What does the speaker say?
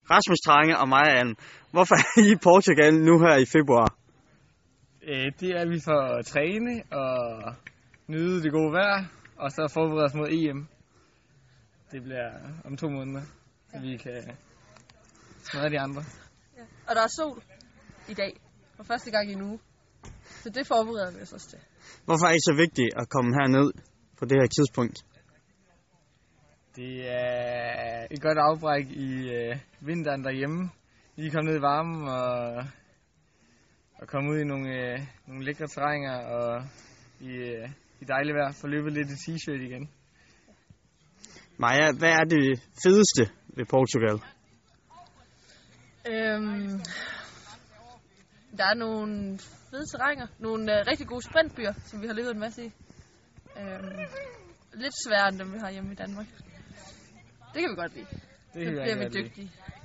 Rasmus Trange og mig, Alm. Hvorfor er I i Portugal nu her i februar? Det er vi for at træne og nyde det gode vejr, og så forberede os mod EM. Det bliver om 2 måneder, så vi kan smadre de andre. Ja. Og der er sol i dag, for første gang i en uge. Så det forbereder vi os også til. Hvorfor er I så vigtigt at komme herned på det her tidspunkt? Det er et godt afbræk i vinteren derhjemme. Lige komme ned i varmen og komme ud i nogle lækre terrænger og i dejligt vejr. Få løbet lidt i t-shirt igen. Maja, hvad er det fedeste ved Portugal? Der er nogle fede terrænger. Nogle rigtig gode sprintbyer, som vi har løbet en masse i. Lidt sværere end dem, vi har hjemme i Danmark. Det kan vi godt lide. Det bliver vi dygtige.